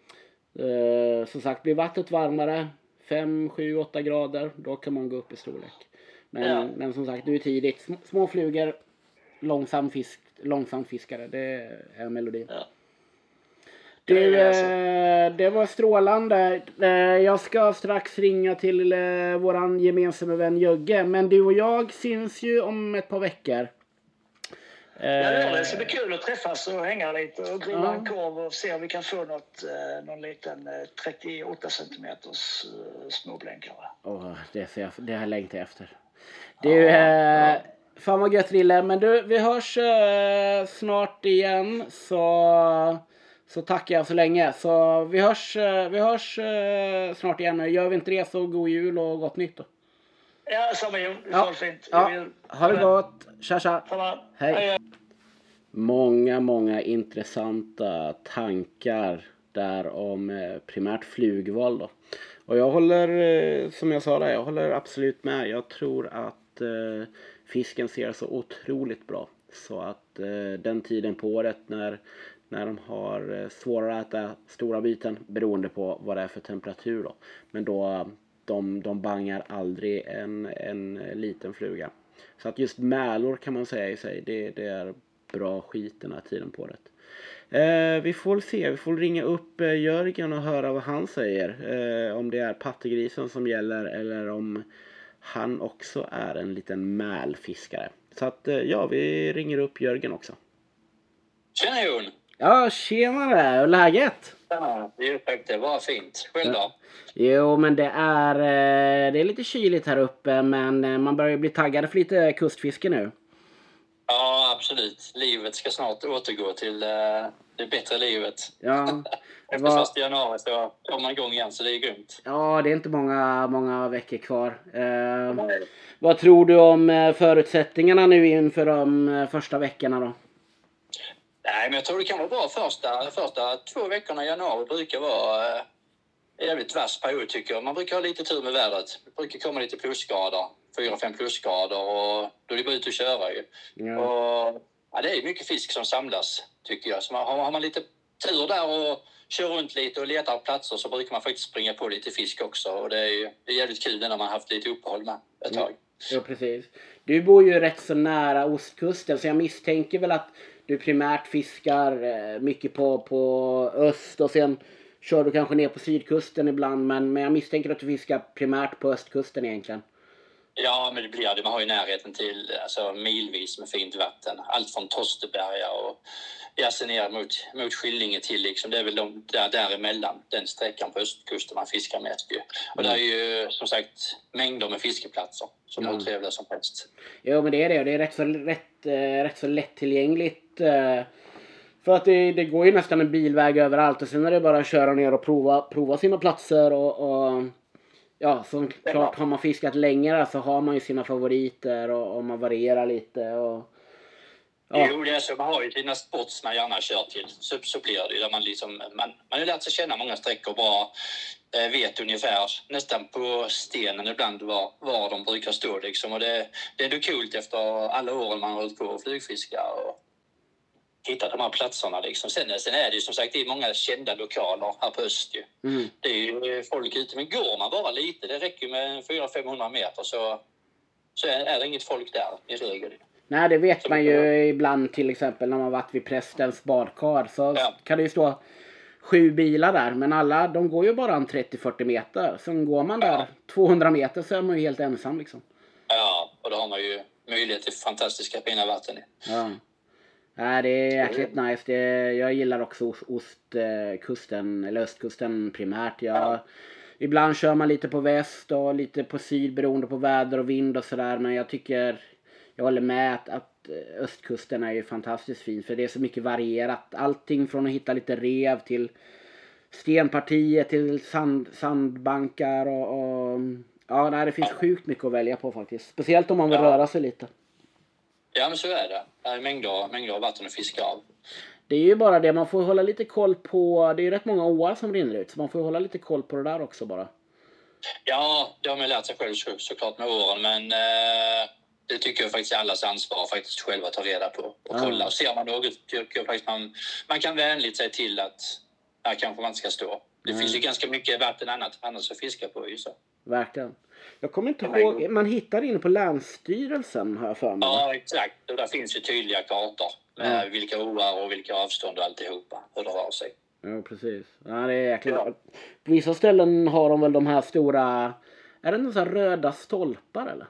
som sagt, blir vattnet varmare 5, 7, 8 grader, då kan man gå upp i storlek. Men som sagt, du är tidigt. Små flugor, långsam fiskare, det är melodin. Ja. Det var strålande. Jag ska strax ringa till våran gemensamma vän Jögge. Men du och jag syns ju om ett par veckor. Det ska bli kul att träffas och hänga lite och grilla en korv och se om vi kan få någon liten 38 centimeters småblänkare. Det har längtat efter. Fan vad gött, Rille. Men du, vi hörs snart igen, så tackar jag så länge. Så vi hörs snart igen. Gör vi inte det så god jul och gott nytt då. Ja, samma jul. Det är fint. Ha det gott. Tja. Hej. Många intressanta tankar där om primärt flugval då. Och jag håller, som jag sa där, jag håller absolut med. Jag tror att fisken ser så otroligt bra. Så att den tiden på året när de har svårare att äta stora byten, beroende på vad det är för temperatur då. Men då de bangar aldrig en liten fluga. Så att just mälor kan man säga i sig, det är bra skit den här tiden på året. Vi får ringa upp Jörgen och höra vad han säger. Om det är pattegrisen som gäller eller om han också är en liten mälfiskare. Så att vi ringer upp Jörgen också. Tjena Jon! Ja, tjenare! Och läget? Ja, det var fint. Själv då? Jo, men det är lite kyligt här uppe, men man börjar bli taggad för lite kustfiske nu. Ja, absolut. Livet ska snart återgå till det bättre livet. Ja. Efter 1 januari så kommer man igång igen, så det är grymt. Ja, det är inte många veckor kvar. Vad tror du om förutsättningarna nu inför de första veckorna då? Nej, men jag tror det kan vara bra. Första 2 veckorna i januari brukar vara jävligt vass period, tycker jag. Man brukar ha lite tur med vädret. Det brukar komma lite plusgrader. 4-5 plusgrader, och då är det bara ut och köra ju. Ja. Och, ja, det är mycket fisk som samlas, tycker jag. Så har man lite tur där och kör runt lite och letar platser, så brukar man faktiskt springa på lite fisk också. Och det är jävligt kul när man har haft lite uppehåll med ett tag. Ja, precis. Du bor ju rätt så nära ostkusten, så jag misstänker väl att du primärt fiskar mycket på öst, och sen kör du kanske ner på sydkusten ibland, men jag misstänker att du fiskar primärt på östkusten egentligen. Ja, men det blir det. Man har ju närheten till milvis med fint vatten. Allt från Tosterberga och ner mot Skillinge till liksom. Det är väl däremellan, den sträckan på östkusten man fiskar mest ju. Och det är ju som sagt mängder med fiskeplatser som är trevliga som helst. Jo, men det är det. Det är rätt så lättillgängligt. För att det går ju nästan en bilväg överallt, och sen är det bara att köra ner och prova sina platser och ja, som klart har man fiskat längre så har man ju sina favoriter och man varierar lite och ja. Jo, det är så. Man har ju sina spots man gärna kör till. Så blir det ju. Där man har lärt sig känna många sträckor bra. Vet ungefär nästan på stenen ibland var de brukar stå liksom. Och det är ändå kul efter alla åren man har hållit på och flygfiska och hitta de här platserna liksom. Sen är det ju som sagt, det är många kända lokaler här på öst ju. Det är ju folk ute, men går man bara lite, det räcker med 400-500 meter så är det inget folk där i regel. Nej, det vet man ju ibland, till exempel när man varit vid Prästens badkar så kan det ju stå 7 bilar där, men alla de går ju bara en 30-40 meter. Sen går man där 200 meter så är man ju helt ensam liksom. Ja, och då har man ju möjlighet till fantastiska fina vatten. Ja. Nej, det är jäkligt nice. Jag gillar också ostkusten eller östkusten primärt. Ibland kör man lite på väst och lite på syd beroende på väder och vind och sådär. Men jag håller med att östkusten är ju fantastiskt fin. För det är så mycket varierat. Allting från att hitta lite rev till stenpartier till sandbankar och ja, nej, det finns sjukt mycket att välja på faktiskt. Speciellt om man vill röra sig lite. Ja, men så är det. Det är mängder av vatten att fiska av. Det är ju bara det, man får hålla lite koll på, det är ju rätt många åar som rinner ut, så man får hålla lite koll på det där också bara. Ja, det har man lärt sig själv såklart med åren, men det tycker jag faktiskt är allas ansvar faktiskt själva att ta reda på och kolla. Och ser man något, tycker jag faktiskt man kan vänligt säga till att här kanske man ska stå. Det finns ju ganska mycket vatten annars att fiska på ju så. Verkligen. Jag kommer inte ihåg, man hittar inne på Länsstyrelsen har jag för mig. Ja, exakt. Och där finns ju tydliga kartor med vilka åar och vilka avstånd och alltihopa. Hur det rör sig. Ja, precis. Ja, det är jäkligt. På vissa ställen har de väl de här stora, är det några röda stolpar eller?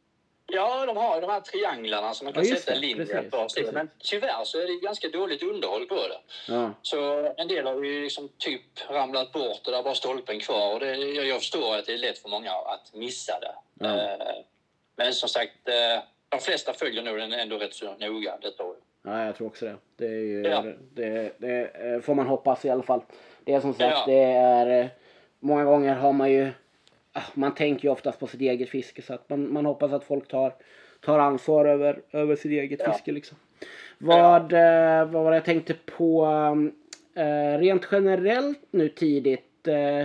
Ja, de har ju de här trianglarna som man kan sätta det, en linje precis, på. Men tyvärr så är det ganska dåligt underhåll på det. Ja. Så en del har ju liksom typ ramlat bort och där bara stolpen kvar. Och jag förstår att det är lätt för många att missa det. Ja. Men som sagt, de flesta följer nog den ändå rätt så noga, det tror jag. Ja, jag tror också det. Det är ju, det får man hoppas i alla fall. Det är som sagt, det är många gånger har man ju, man tänker ju oftast på sitt eget fiske, så att man hoppas att folk tar ansvar över sitt eget fiske liksom. Vad var det jag tänkte på rent generellt nu tidigt,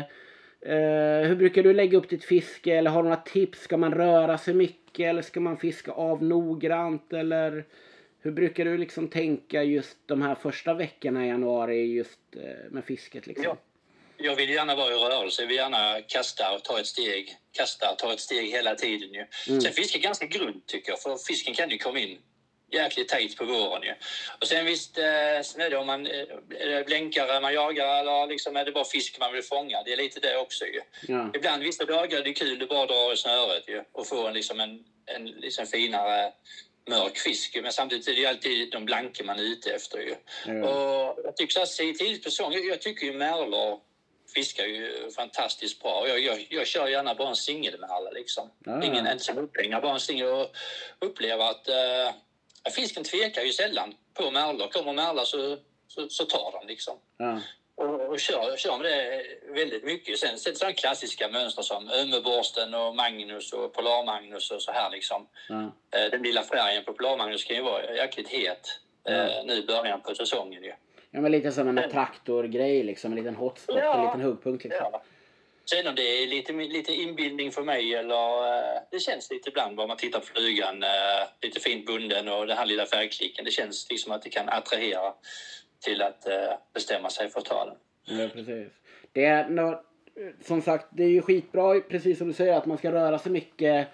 hur brukar du lägga upp ditt fiske, eller har du några tips? Ska man röra sig mycket eller ska man fiska av noggrant, eller hur brukar du liksom tänka just de här första veckorna i januari just med fisket liksom? Ja. Jag vill gärna vara i rörelse. Jag vill gärna kasta och ta ett steg hela tiden ju. Sen fiskar ganska grunt tycker jag, för fisken kan ju komma in jäkligt tajt på våren ju. Och sen visst, sen är det om man blänkare man jagar eller liksom är det bara fisk man vill fånga. Det är lite det också ju. Ja. Ibland vissa dagar är det kul att bara dra i snöret ju och få en liksom finare mörk fisk. Men samtidigt är det ju alltid de blanka man är ute efter ju. Och jag tycker så här, tidigt på säsongen, jag tycker ju märlor fiskar ju fantastiskt bra. Jag kör gärna bara en singelmärla liksom. Ingen ensam upphängare, bara en singel, och upplever att fisken tvekar ju sällan på märlor. Kommer märlar så tar de liksom. Och kör med det väldigt mycket. Sen sådana klassiska mönster som Ömeborsten och Magnus och Polarmagnus och så här liksom. Den lilla färgen på Polarmagnus kan ju vara jäkligt het nu i början på säsongen ju. Ja, men lite som en traktorgrej liksom, en liten hotspot, en liten huggpunkt liksom. Ja. Sen om det är lite inbildning för mig eller det känns lite ibland bara man tittar på flygan, lite fint bunden och den här lilla färgklicken, det känns liksom att det kan attrahera till att bestämma sig för att ta den. Ja, precis. Det är som sagt, det är ju skitbra, precis som du säger, att man ska röra sig mycket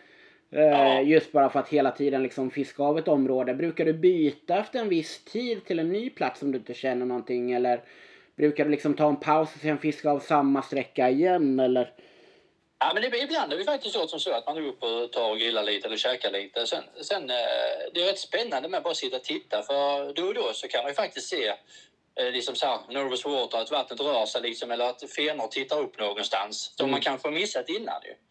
just bara för att hela tiden liksom fiska av ett område. Brukar du byta efter en viss tid till en ny plats om du inte känner någonting, eller brukar du liksom ta en paus och sen fiska av samma sträcka igen, eller? Ja, men ibland är vi faktiskt gjort som så att man går upp och tar och grillar lite eller käkar lite. Sen det är rätt spännande med att bara sitta och titta, för då och då så kan man ju faktiskt se liksom så här, nervous water, att vattnet rör sig liksom, eller att fenor tittar upp någonstans som man kanske har missat innan ju.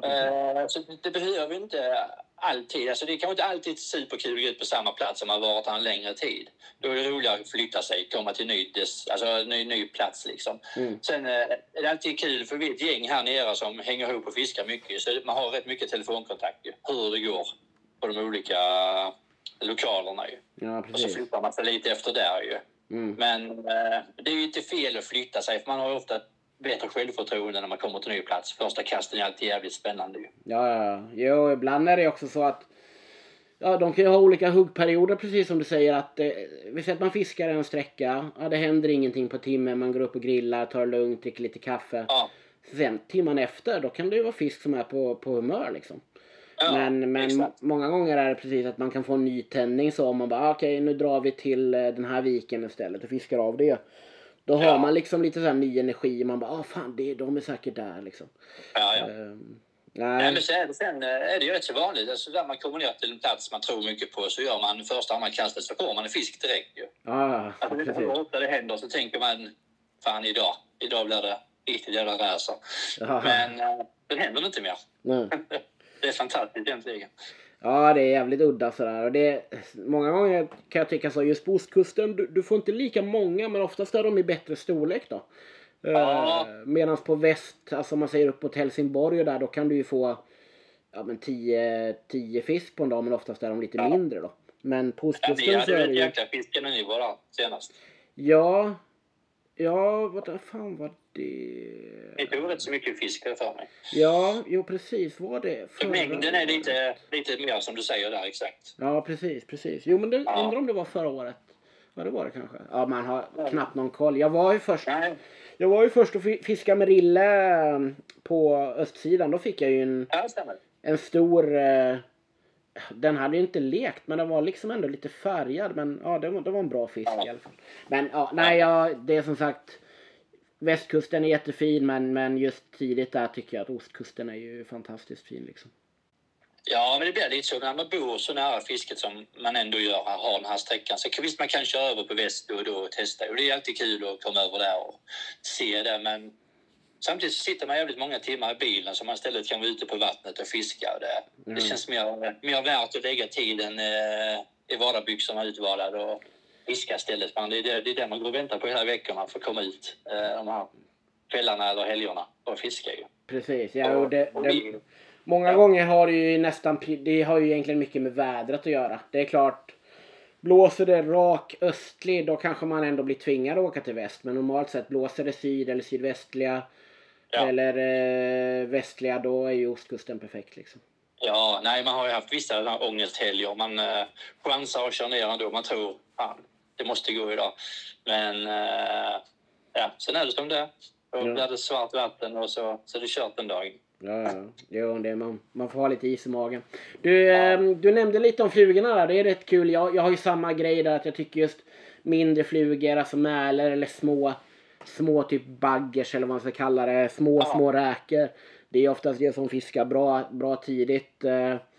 Så det behöver inte alltid, alltså det kan inte alltid superkul att gå ut på samma plats som man varit här en längre tid. Då är det roligare att flytta sig, komma till ny plats liksom. Sen är det alltid kul, för vi är ett gäng här nere som hänger ihop och fiskar mycket, så man har rätt mycket telefonkontakt ju, hur det går på de olika lokalerna ju. Och så flyttar man sig lite efter där ju. Men det är ju inte fel att flytta sig, för man har ju ofta bättre självförtroende när man kommer till ny plats. Första kasten är alltid jävligt spännande ju. Jo, ibland är det också så att de kan ju ha olika huggperioder, precis som du säger, att vi säger att man fiskar en sträcka, det händer ingenting på timmen, man går upp och grillar, tar det lugnt, dricker lite kaffe. Sen timman efter, då kan det ju vara fisk som är på humör liksom. Men många gånger är det precis att man kan få en ny tändning, så om man bara okej, nu drar vi till den här viken istället och fiskar av det. Då har man liksom lite så här ny energi, man bara fan, de är säkert där liksom. Nej, men sen är det ju rätt så vanligt, alltså där man kommer ner till en plats man tror mycket på, så gör man första andra kastet så får man en fisk direkt ju. Alltså, det är ofta det händer, så tänker man fan, idag blir det riktigt jävla räser. Men det händer inte mer. Det är fantastiskt egentligen. Ja, det är jävligt udda sådär. Och många gånger kan jag tycka så, just på ostkusten, du får inte lika många, men oftast är de i bättre storlek då. Medan på väst, alltså om man säger upp mot Helsingborg och där, då kan du ju få 10 fisk på en dag, men oftast är de lite mindre då. Men på ostkusten så är det ju... jäkla fisken när ni var där senast. Ja, vad fan var det? Det tog rätt så mycket fisk för mig. Ja, jo precis, var det. Mängden är lite mer som du säger där, exakt. Ja, precis. Jo, men undrar om det var förra året. Ja, det var det kanske. Ja, man har knappt någon koll. Jag var ju först och fiskade med Rille på östsidan. Då fick jag ju en stor... Den hade ju inte lekt, men den var liksom ändå lite färgad. Men ja, det var en bra fisk i alla fall. Men det är som sagt... Västkusten är jättefin, men just tidigt där tycker jag att ostkusten är ju fantastiskt fin liksom. Ja, men det blir lite så när man bor så nära fisket som man ändå gör, har den här sträckan. Så visst, man kan köra över på väst och då testa. Och det är alltid kul att komma över där och se det. Men samtidigt så sitter man jävligt många timmar i bilen, så man istället kan vara ute på vattnet och fiska. Och det känns mer värt att lägga tiden i vardagsbyxorna utvalade och fiska istället. Men det är det man går och väntar på hela veckan, man får komma ut de här kvällarna eller helgerna och fiska ju. Precis, ja, och många gånger har det ju det har ju egentligen mycket med vädret att göra. Det är klart, blåser det rak östlig, då kanske man ändå blir tvingad att åka till väst. Men normalt sett blåser det syd eller sydvästliga eller västliga, då är ju ostkusten perfekt liksom. Ja, nej, man har ju haft vissa ångesthelger. Man chansar och kör ner då. Man tror, det måste gå idag. Men sen är det som det. Då blir det svart vatten och så är det kört en dag. Jo, man får ha lite is i magen. Du nämnde lite om flugorna där. Det är rätt kul. Jag har ju samma grej där, att jag tycker just mindre flugor, alltså mäler eller små typ baggers eller vad man ska kalla det. Små räkor. Det är oftast det som fiskar bra tidigt.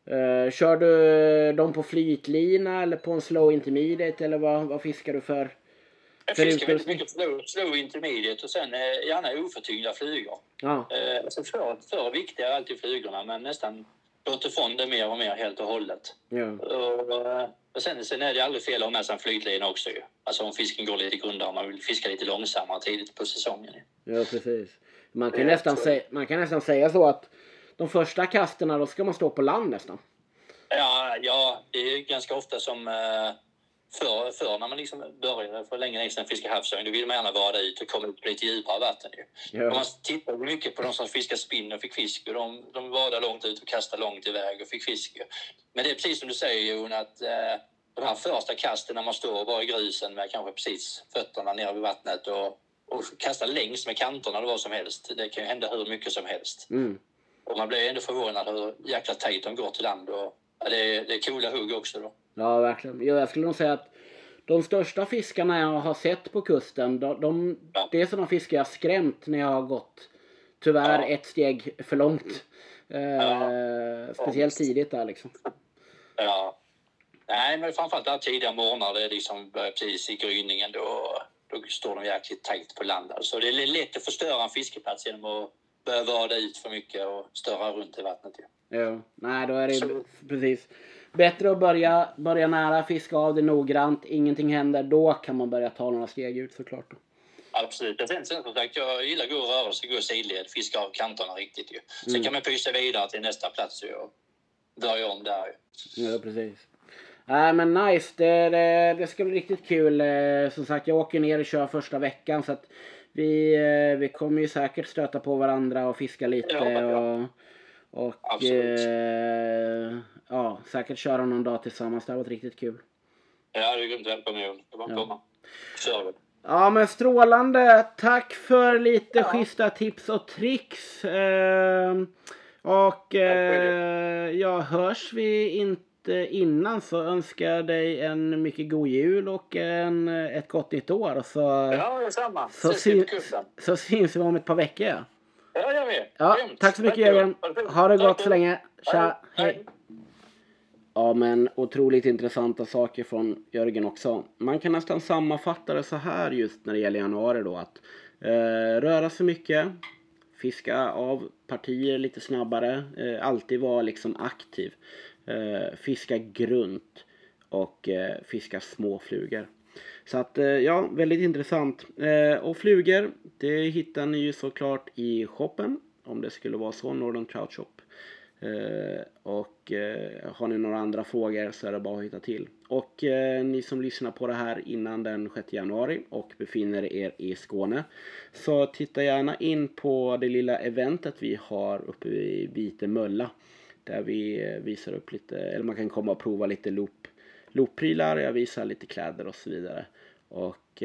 Kör du dem på flytlina eller på en slow intermediate eller vad fiskar du för? Jag fiskar väldigt mycket slow intermediate och sen gärna oförtyngda flugor. Ja. Alltså för viktiga är alltid flugorna, men nästan låter ifrån det mer och mer helt och hållet. Ja. Och sen är det aldrig fel att ha med sig en flytlina också ju. Alltså om fisken går lite grundare, man vill fiska lite långsammare tidigt på säsongen. Ja, precis. Man kan nästan säga så att de första kasterna då ska man stå på land nästan. Ja, det är ganska ofta som för när man liksom börjar för länge ner sedan fiska havsörn, då vill man gärna vara ut och komma ut lite djupare vatten ju. Ja. Man tittar mycket på de som fiskar spinn och fick fisk, och de vadar långt ut och kastar långt iväg och fick fisk. Men det är precis som du säger, Jon, att de här första kasten när man står bara i grusen med kanske precis fötterna ner vid vattnet och kastar längs med kanterna eller vad som helst. Det kan ju hända hur mycket som helst. Mm. Och man blir ändå förvånad hur jäkla tajt de går till land. Och det är coola hugg också då. Ja, verkligen. Jag skulle nog säga att de största fiskarna jag har sett på kusten, det är sådana fiskar jag skrämt när jag har gått tyvärr ett steg för långt. Speciellt tidigt där liksom. Ja. Nej, men framförallt där tidiga morgnar, det är liksom precis i gryningen, då står de jäkligt tajt på land. Så det är lätt att förstöra en fiskeplats genom att börja vada ut för mycket och störa runt i vattnet. Ja, nej, då är det precis bättre att börja nära, fiska av det noggrant, ingenting händer, då kan man börja ta några steg ut såklart då. Absolut. Sen som sagt, jag gillar att gå rörelse, gå sidled, fiska av kanterna riktigt ju. Sen kan man pysa vidare till nästa plats och börja om där ju. Ja, precis. Men nice, det ska bli riktigt kul. Som sagt, jag åker ner och kör första veckan, så att vi kommer ju säkert stöta på varandra och fiska lite och säkert köra någon dag tillsammans. Det har varit riktigt kul. Ja, det är grymt. Välkommen, Jon. Det var komma. Kör vi. Ja, men strålande. Tack för lite schyssta tips och tricks. Hörs vi inte innan, så önskar jag dig en mycket god jul och ett gott nytt år. Så, ja, det är samma. Så syns vi om ett par veckor. Ja, jag vet. Ja, tack så mycket, Jörgen. Ha det gott så länge. Tja, hej. Ja, men otroligt intressanta saker från Jörgen också. Man kan nästan sammanfatta det så här just när det gäller januari då, att röra sig mycket, fiska av partier lite snabbare, alltid vara liksom aktiv, fiska grunt och fiska små flugor. Så att väldigt intressant. Och flugor, det hittar ni ju såklart i shoppen, om det skulle vara så, Northern Trout Shop. Har ni några andra frågor så är det bara att hitta till. Och ni som lyssnar på det här innan den 6 januari och befinner er i Skåne, så titta gärna in på det lilla eventet vi har uppe i Vitemölla, där vi visar upp lite, eller man kan komma och prova lite loopprylar, jag visar lite kläder och så vidare. Och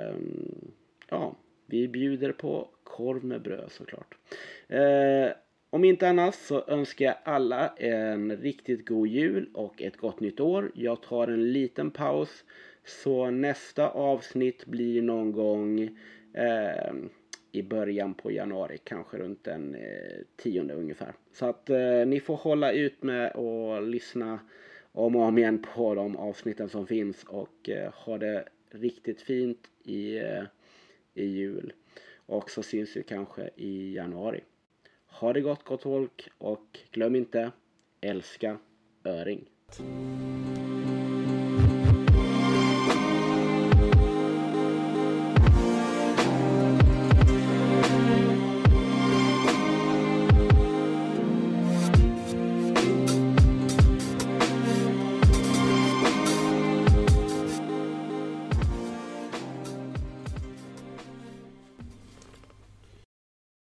vi bjuder på korv med bröd såklart. Om inte annat så önskar jag alla en riktigt god jul och ett gott nytt år. Jag tar en liten paus, så nästa avsnitt blir någon gång i början på januari, kanske runt den 10:e ungefär. Så att ni får hålla ut med och lyssna om och om igen på de avsnitten som finns, och ha det riktigt fint i jul. Och så syns vi kanske i januari. Ha det gott folk, och glöm inte, älska öring.